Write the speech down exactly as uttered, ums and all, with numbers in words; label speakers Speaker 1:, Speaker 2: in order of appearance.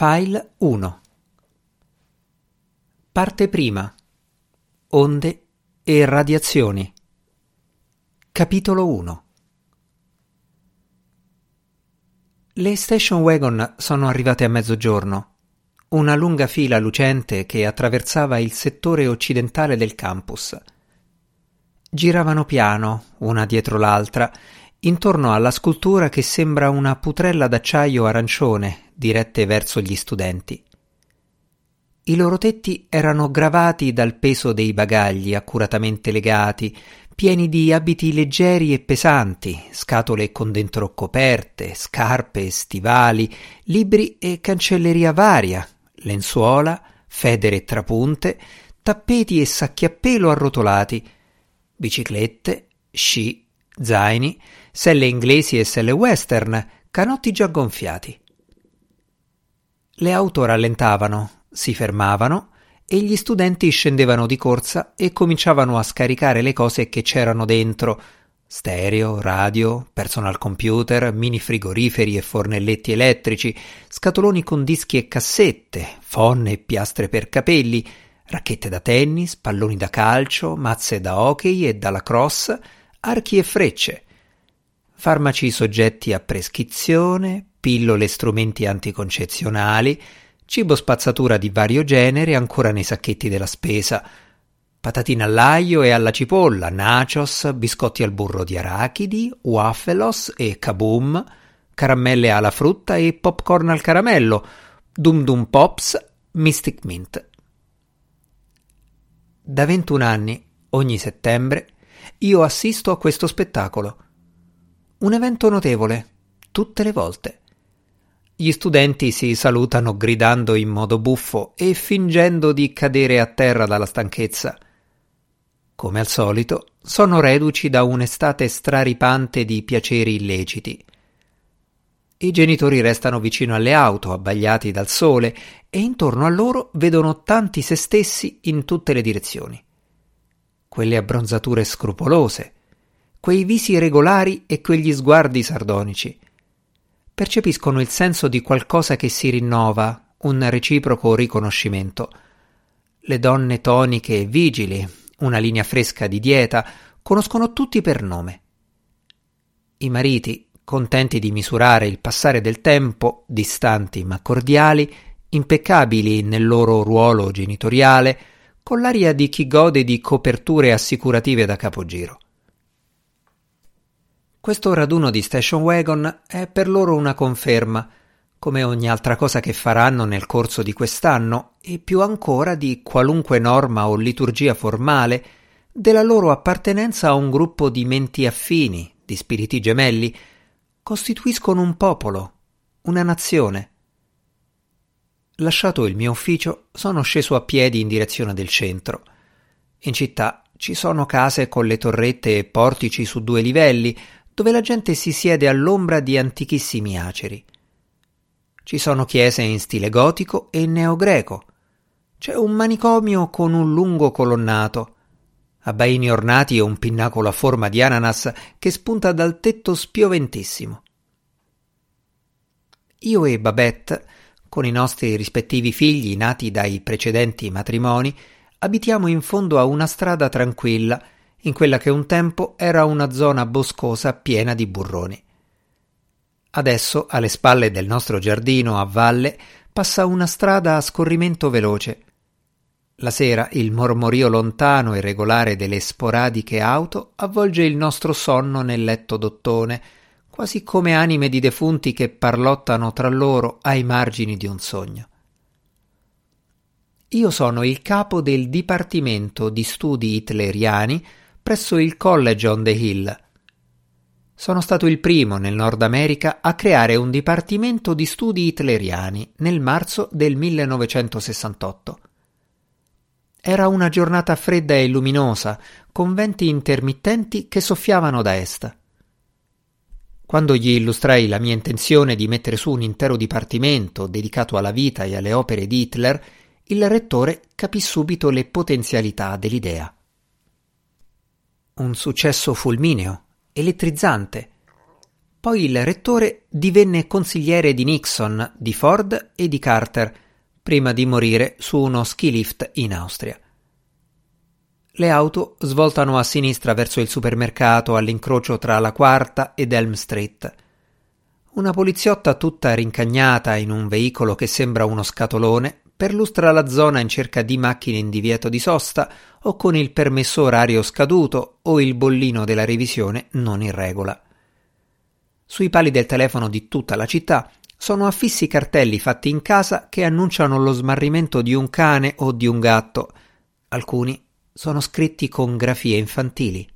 Speaker 1: File uno. Parte prima. Onde e radiazioni. Capitolo uno. Le station wagon sono arrivate a mezzogiorno, una lunga fila lucente che attraversava il settore occidentale del campus. Giravano piano, una dietro l'altra, intorno alla scultura che sembra una putrella d'acciaio arancione dirette verso gli studenti. I loro tetti erano gravati dal peso dei bagagli accuratamente legati, pieni di abiti leggeri e pesanti, scatole con dentro coperte, scarpe, stivali, libri e cancelleria varia, lenzuola, federe e trapunte, tappeti e sacchi a pelo arrotolati, biciclette, sci, zaini, selle inglesi e selle western, canotti già gonfiati. Le auto rallentavano, si fermavano e gli studenti scendevano di corsa e cominciavano a scaricare le cose che c'erano dentro: stereo, radio, personal computer, mini frigoriferi e fornelletti elettrici, scatoloni con dischi e cassette, fonne e piastre per capelli, racchette da tennis, palloni da calcio, mazze da hockey e da lacrosse, archi e frecce, farmaci soggetti a prescrizione, pillole e strumenti anticoncezionali, cibo spazzatura di vario genere ancora nei sacchetti della spesa, patatine all'aglio e alla cipolla, nachos, biscotti al burro di arachidi, waffles e kaboom, caramelle alla frutta e popcorn al caramello, Dum Dum Pops, Mystic Mint. Da ventuno anni, ogni settembre, io assisto a questo spettacolo. Un evento notevole, tutte le volte. Gli studenti si salutano gridando in modo buffo e fingendo di cadere a terra dalla stanchezza. Come al solito, sono reduci da un'estate straripante di piaceri illeciti. I genitori restano vicino alle auto, abbagliati dal sole, e intorno a loro vedono tanti se stessi in tutte le direzioni. Quelle abbronzature scrupolose, quei visi regolari e quegli sguardi sardonici. Percepiscono il senso di qualcosa che si rinnova, un reciproco riconoscimento. Le donne toniche e vigili, una linea fresca di dieta, conoscono tutti per nome. I mariti, contenti di misurare il passare del tempo, distanti ma cordiali, impeccabili nel loro ruolo genitoriale, con l'aria di chi gode di coperture assicurative da capogiro. Questo raduno di station wagon è per loro una conferma, come ogni altra cosa che faranno nel corso di quest'anno, e più ancora di qualunque norma o liturgia formale, della loro appartenenza a un gruppo di menti affini, di spiriti gemelli. Costituiscono un popolo, una nazione. Lasciato il mio ufficio, sono sceso a piedi in direzione del centro. In città ci sono case con le torrette e portici su due livelli, dove la gente si siede all'ombra di antichissimi aceri. Ci sono chiese in stile gotico e neogreco. C'è un manicomio con un lungo colonnato, abbaini ornati e un pinnacolo a forma di ananas che spunta dal tetto spioventissimo. Io e Babette, con i nostri rispettivi figli nati dai precedenti matrimoni, abitiamo in fondo a una strada tranquilla, in quella che un tempo era una zona boscosa piena di burroni. Adesso, alle spalle del nostro giardino a valle, passa una strada a scorrimento veloce. La sera il mormorio lontano e regolare delle sporadiche auto avvolge il nostro sonno nel letto d'ottone, quasi come anime di defunti che parlottano tra loro ai margini di un sogno. Io sono il capo del Dipartimento di Studi Hitleriani presso il College on the Hill. Sono stato il primo nel Nord America a creare un dipartimento di studi hitleriani nel marzo del millenovecentosessantotto. Era una giornata fredda e luminosa, con venti intermittenti che soffiavano da est. Quando gli illustrai la mia intenzione di mettere su un intero dipartimento dedicato alla vita e alle opere di Hitler, il rettore capì subito le potenzialità dell'idea. Un successo fulmineo, elettrizzante. Poi il rettore divenne consigliere di Nixon, di Ford e di Carter, prima di morire su uno ski lift in Austria. Le auto svoltano a sinistra verso il supermercato all'incrocio tra la Quarta ed Elm Street. Una poliziotta tutta rincagnata in un veicolo che sembra uno scatolone perlustra la zona in cerca di macchine in divieto di sosta o con il permesso orario scaduto o il bollino della revisione non in regola. Sui pali del telefono di tutta la città sono affissi cartelli fatti in casa che annunciano lo smarrimento di un cane o di un gatto. Alcuni sono scritti con grafie infantili.